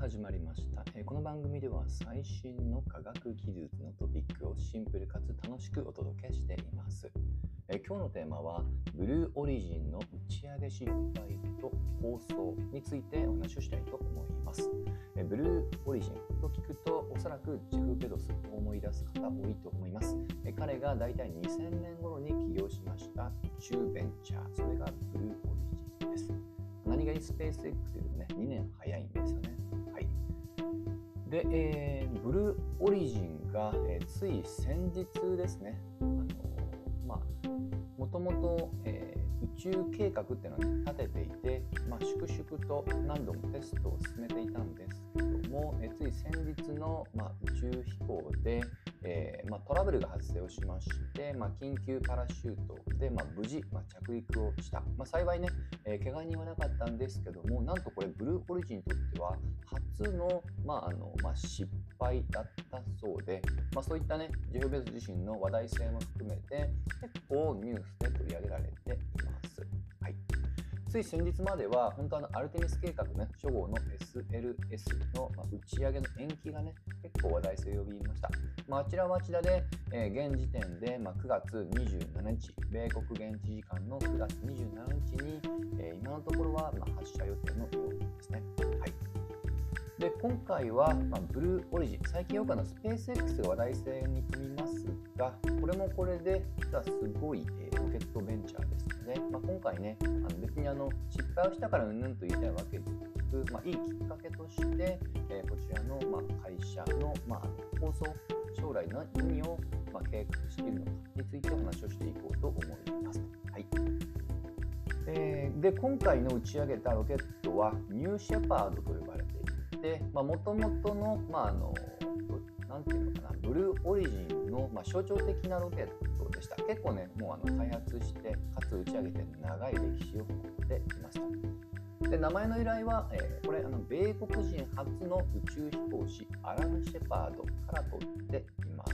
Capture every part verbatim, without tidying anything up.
始まりました。えーこの番組では最新の科学技術のトピックをシンプルかつ楽しくお届けしています。えー今日のテーマはブルーオリジンの打ち上げ失敗と構想についてお話をしたいと思います。えーブルーオリジンと聞くとおそらくジェフ・ベゾスを思い出す方多いと思います。えー彼がだいたいにせんねん頃に起業しました宇宙ベンチャー、それがブルーオリジンです。何気にスペース X よりもねにねん早いんですよね。はい。で、えーブルーオリジンが、えーつい先日ですね、あのまあもともと、えー宇宙計画っていうのを、ね、立てていて、まあ、粛々と何度もテストを進めていたんですけども、えーつい先日の、まあ、宇宙飛行で、えーまあ、トラブルが発生をしまして、まあ、緊急パラシュートで、まあ、無事、まあ、着陸をした、まあ、幸いね、えー、怪我人はなかったんですけども、なんとこれブルーオリジンにとっては初の、まああのまあ、失敗だったそうで、まあ、そういったねジェフ・ベゾス自身の話題性も含めて結構ニュースで取り上げられています。はい、つい先日までは本当あのアルテミス計画ね、初号の エスエルエス の、まあ、打ち上げの延期がね結構話題性を呼びました。まあ、あちらはあちらで、えー、現時点で、まあ、くがつにじゅうしちにち、米国現地時間のくがつにじゅうしちにちに、えー、今のところは、まあ、発射予定のようですね。はい。で今回は、まあ、ブルーオリジン、最近よくあのスペース X が話題性に富みますが、これもこれで実はすごい、えー、ロケットベンチャーですので、まあ、今回ねあの別にあの失敗をしたからうんぬんと言いたいわけでなく、まあ、いいきっかけとして、えー、こちらの、まあ、会社の、まあ、構想、将来の何を、まあ、計画しているのかについてお話をしていこうと思います。はい。えー、で今回の打ち上げたロケットはニューシェパードと呼ばれていて、もともとの、まあ、あのなんていうのかな、ブルーオリジンの、まあ、象徴的なロケットでした。結構ね、もうあの開発してかつ打ち上げて長い歴史を持っていますと。で名前の由来は、えー、これあの米国人初の宇宙飛行士アラン・シェパードから取っています。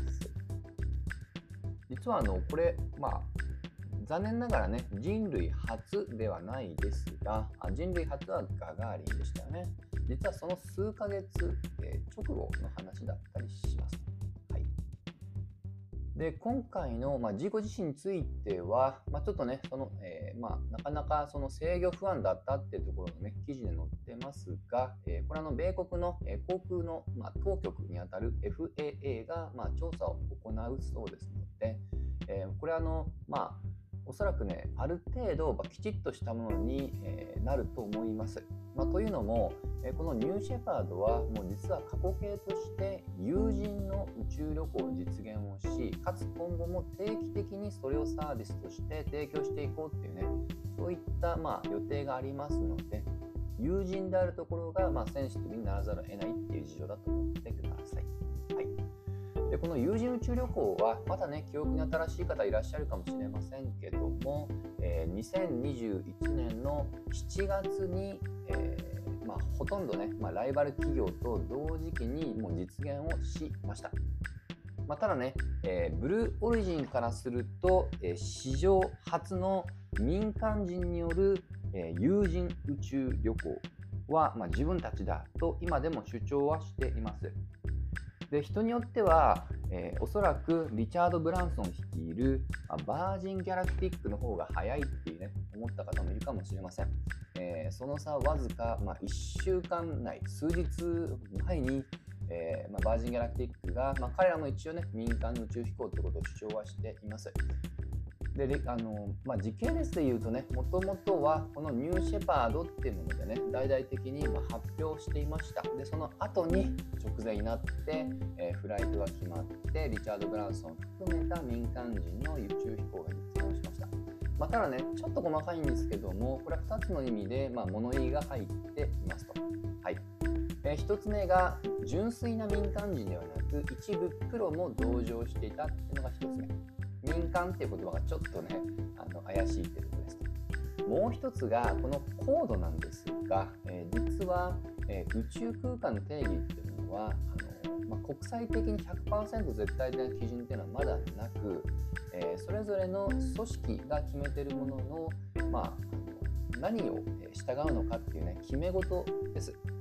実はあのこれ、まあ残念ながらね人類初ではないですが、人類初はガガーリンでしたよね。実はその数ヶ月、えー、直後の話だったりします。はい。で今回の、まあ、事故自身については、まあ、ちょっとねその、えーまあ、なかなかその制御不安だったっていうところのね記事で載ってますが、えー、これはの米国の、えー、航空の、まあ、当局にあたる エフエーエー が、まあ、調査を行うそうですので、えー、これはあのまあおそらくねある程度きちっとしたものに、えー、なると思います。まあ、というのも、えー、このニューシェパードはもう実は過去形として有人の宇宙旅行を実現をし、かつ今後も定期的にそれをサービスとして提供していこうっていうね、そういった、まあ、予定がありますので、有人であるところが、まあ、センシティブにならざるを得ないっていう事情だと思ってください。はい。でこの有人宇宙旅行はまだね記憶に新しい方いらっしゃるかもしれませんけども、えー、にせんにじゅういちねんのしちがつに、えーまあ、ほとんどね、まあ、ライバル企業と同時期にもう実現をしました。まあ、ただね、えー、ブルーオリジンからすると、えー、史上初の民間人による、えー、有人宇宙旅行は、まあ、自分たちだと今でも主張はしています。で人によっては、えー、おそらくリチャード・ブランソン率いる、まあ、バージン・ギャラクティックの方が早いっていうね思った方もいるかもしれません。えー、その差はわずか、まあ、いっしゅうかん内、数日前に、えーまあ、バージン・ギャラクティックが、まあ、彼らも一応ね民間の宇宙飛行ということを主張はしています。であのまあ、時系列でいうとね、もともとはこのニューシェパードっていうものでね大々的にまあ発表していました。でその後に直前になって、えー、フライトが決まってリチャード・ブランソンを含めた民間人の宇宙飛行が実現しました。まあ、ただねちょっと細かいんですけども、これはふたつの意味で、まあ、物言いが入っていますと。はい。えー、ひとつめが純粋な民間人ではなく一部プロも同乗していたっていうのがひとつめ。民間っていう言葉がちょっとねあの怪しいということですと。もう一つがこの高度なんですが、えー、実は、えー、宇宙空間の定義っていうのはあの、まあ、国際的に ひゃくパーセント 絶対的な基準っていうのはまだなく、えー、それぞれの組織が決めているものの、まあ、あの何を従うのかっていうね決め事です。で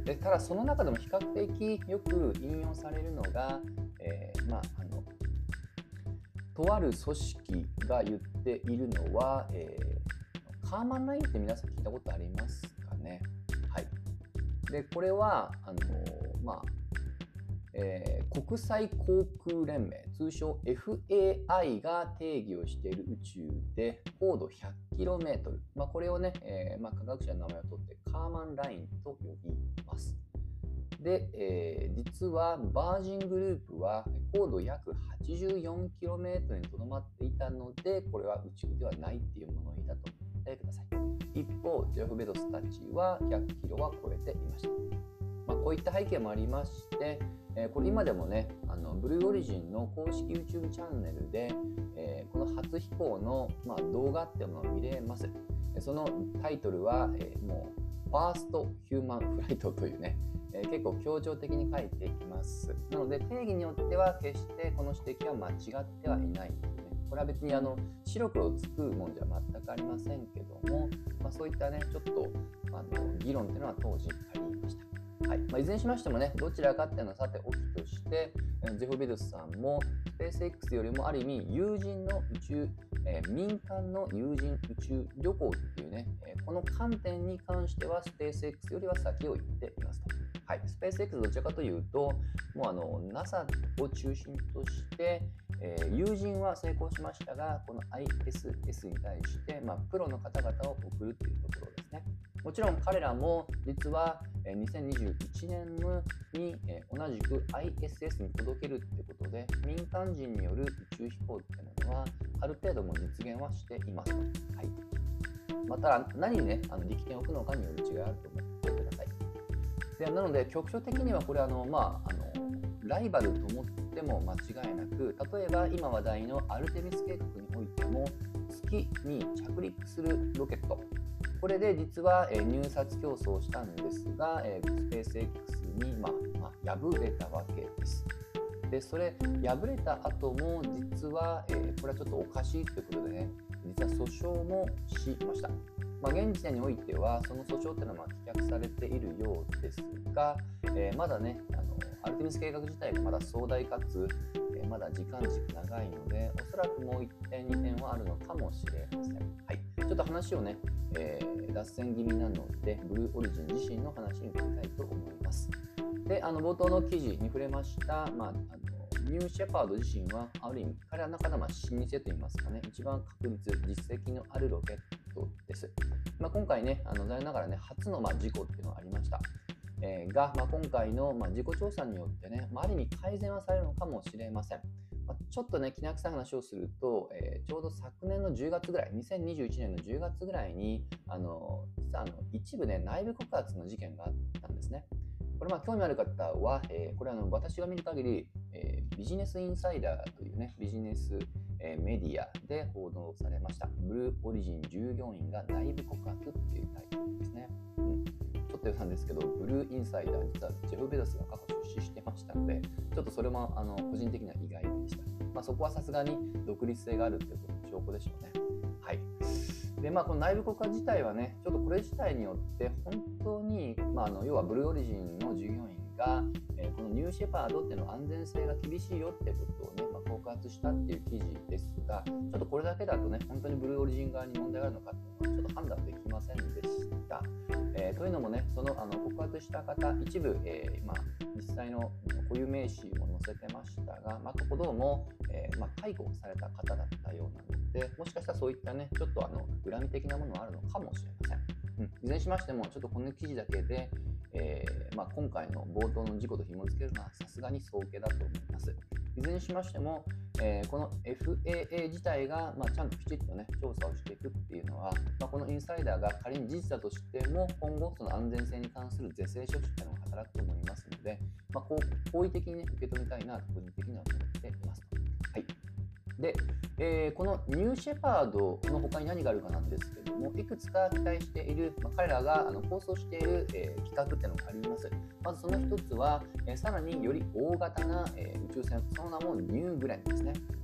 でただその中でも比較的よく引用されるのが、えー、まああのとある組織が言っているのは、えー、カーマンラインって皆さん聞いたことありますかね。はい。でこれはあのまあえー、国際航空連盟、通称 エフエーアイ が定義をしている宇宙で高度 ひゃくキロメートル、まあ、これをね、えーまあ、科学者の名前を取ってカーマンラインと呼びます。で、えー、実はバージングループは高度約 はちじゅうよんキロメートル にとどまっていたので、これは宇宙ではないっていう物言いだと思ってください。一方、ジェフ・ベゾスたちはひゃくキロは超えていました。まあ、こういった背景もありまして、えー、これ今でもね、あのブルーオリジンの公式 YouTube チャンネルで、えー、この初飛行の、まあ、動画っていうのを見れます。そのタイトルは、えー、もうファーストヒューマンフライトというね、えー、結構強調的に書いていきます。なので定義によっては決してこの指摘は間違ってはいないというね。これは別にあの白黒つくもんじゃ全くありませんけども、まあ、そういったねちょっとあの議論っていうのは当時ありました。はいまあ、いずれにしましてもね、どちらかっていうのはさておきとして、ジェフ・ベゾスさんもスペース X よりもある意味有人の宇宙、えー、民間の有人宇宙旅行っていうね、えー、この観点に関してはスペース X よりは先を行っていますと。はい、スペース X どちらかというと、もうあの ナサ を中心として、えー、有人は成功しましたが、この アイエスエス に対して、まあ、プロの方々を送るというところですね。もちろん彼らも実はにせんにじゅういちねんに同じく アイエスエス に届けるってことで、民間人による宇宙飛行っていうのはある程度も実現はしています。はい、また何にね、あの力点を置くのかによる違いがあると思ってください。でなので局所的にはこれあの、まあ、あのライバルと思っても間違いなく、例えば今話題のアルテミス計画においても月に着陸するロケット、これで実は、えー、入札競争をしたんですが、えー、スペース X に、まあまあ、敗れたわけです。で、それ敗れた後も実は、えー、これはちょっとおかしいということでね、実は訴訟もしました。まあ、現時点においてはその訴訟というのは棄却されているようですが、えー、まだねあのアルテミス計画自体がまだ壮大かつ、えー、まだ時間軸長いので、おそらくもういってんにてんはあるのかもしれません。はい、ちょっと話をね、えー、脱線気味なのでブルーオリジン自身の話に移りたいと思います。で、あの冒頭の記事に触れました、まあ、あのニューシェパード自身はある意味彼らの中では老舗といいますかね、一番確実実績のあるロケットです。まあ、今回ね、あの残念ながらね初のまあ事故っていうのがありました。えー、が、まあ、今回のまあ事故調査によってね、まあ、ある意味改善はされるのかもしれません。まあ、ちょっとねきな臭い話をすると、えー、ちょうど昨年のじゅうがつぐらい、にせんにじゅういちねんのじゅうがつぐらいにあの実はあの一部で、ね、内部告発の事件があったんですね。これまあ興味ある方は、えー、これあの私が見る限り、えー、ビジネスインサイダーというねビジネス、えー、メディアで報道されました。ブルーオリジン従業員が内部告発っていうタイトルですね。うん、ちょっと予算ですけど、ブルーインサイダー実はジェフ・ベゾスが過去出資してましたので、ちょっとそれもあの個人的には意外でした。まあ、そこはさすがに独立性があるということの証拠でしょうね。はい。でまあ、この内部告発自体はね、ちょっとこれ自体によって本当に、まあ、あの要はブルーオリジンの従業員が、えー、このニューシェパードっていうの安全性が厳しいよってことをね、まあ、告発したっていう記事ですが、ちょっとこれだけだとね、本当にブルーオリジン側に問題があるのかっていうのはちょっと判断できませんでした。えー、というのもね、そのあの告発した方、一部、えーまあ、実際の固有名詞も載せてましたが、まあ、ここどうも、えーまあ、解雇された方だったようなので、もしかしたらそういったね、ちょっとあの恨み的なものがあるのかもしれません。うん、いずれにしましても、ちょっとこの記事だけで、えーまあ、今回の冒頭の事故と紐付けるのはさすがに早計だと思います。いずれにしましても、えー、この エフエーエー 自体が、まあ、ちゃんときちっとね調査をしていくっていうのは、まあ、このインサイダーが仮に事実だとしても今後その安全性に関する是正処置っていうのが働くと思いますので、まあ、こう好意的に、ね、受け止めたいなと個人的には思っています。はい。で、えー、このニューシェパードの他に何があるかなんですけども、いくつか期待している、まあ、彼らがあの構想している、えー、企画っていうのがあります。まずその一つは、えー、さらにより大型な、えー、宇宙船、その名もニューグレンですね。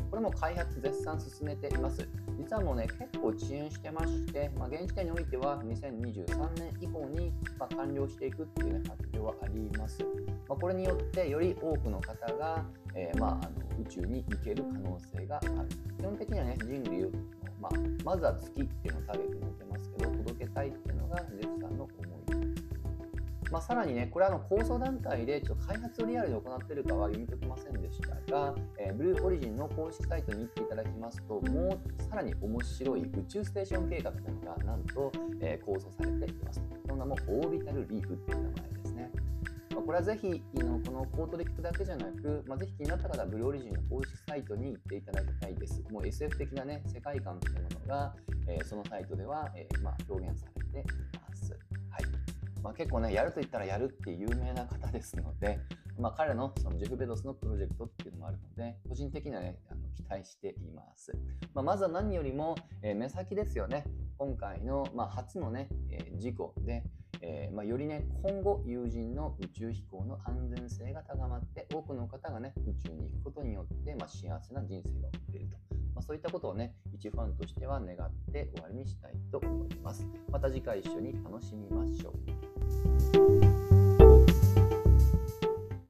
これも開発絶賛進めています。実はもうね、結構遅延してまして、まあ、現時点においてはにせんにじゅうさんねん以降に、まあ、完了していくっていう、ね、発表はあります。まあ、これによってより多くの方が、えーまあ、あの宇宙に行ける可能性がある。基本的にはね、人類を、まあ、まずは月っていうのをターゲットに置いてますけど、届けたいっていうのがジェフさんの思いです。まあ、さらにね、これはあの構想団体でちょっと開発をリアルで行っているかは読み解けませんでしたが、えー、ブルーオリジンの公式サイトに行っていただきますと、もうさらに面白い宇宙ステーション計画というのがなんと、えー、構想されています。その名もオービタルリーフという名前ですね。まあ、これはぜひのこの口頭で聞くだけじゃなく、まあ、ぜひ気になった方はブルーオリジンの公式サイトに行っていただきたいです。もう エスエフ 的な、ね、世界観というものが、えー、そのサイトでは、えーまあ、表現されています。はい。まあ、結構ね、やると言ったらやるっていう有名な方ですので、まあ、彼のそのジェフ・ベゾスのプロジェクトっていうのもあるので、個人的にはね、あの期待しています。まあ、まずは何よりも、えー、目先ですよね。今回の、まあ、初のね、えー、事故で、えーまあ、よりね、今後有人の宇宙飛行の安全性が高まって、多くの方がね、宇宙に行くことによって、まあ、幸せな人生が送れると。まあ、そういったことをね、一ファンとしては願って終わりにしたいと思います。また次回一緒に楽しみましょう。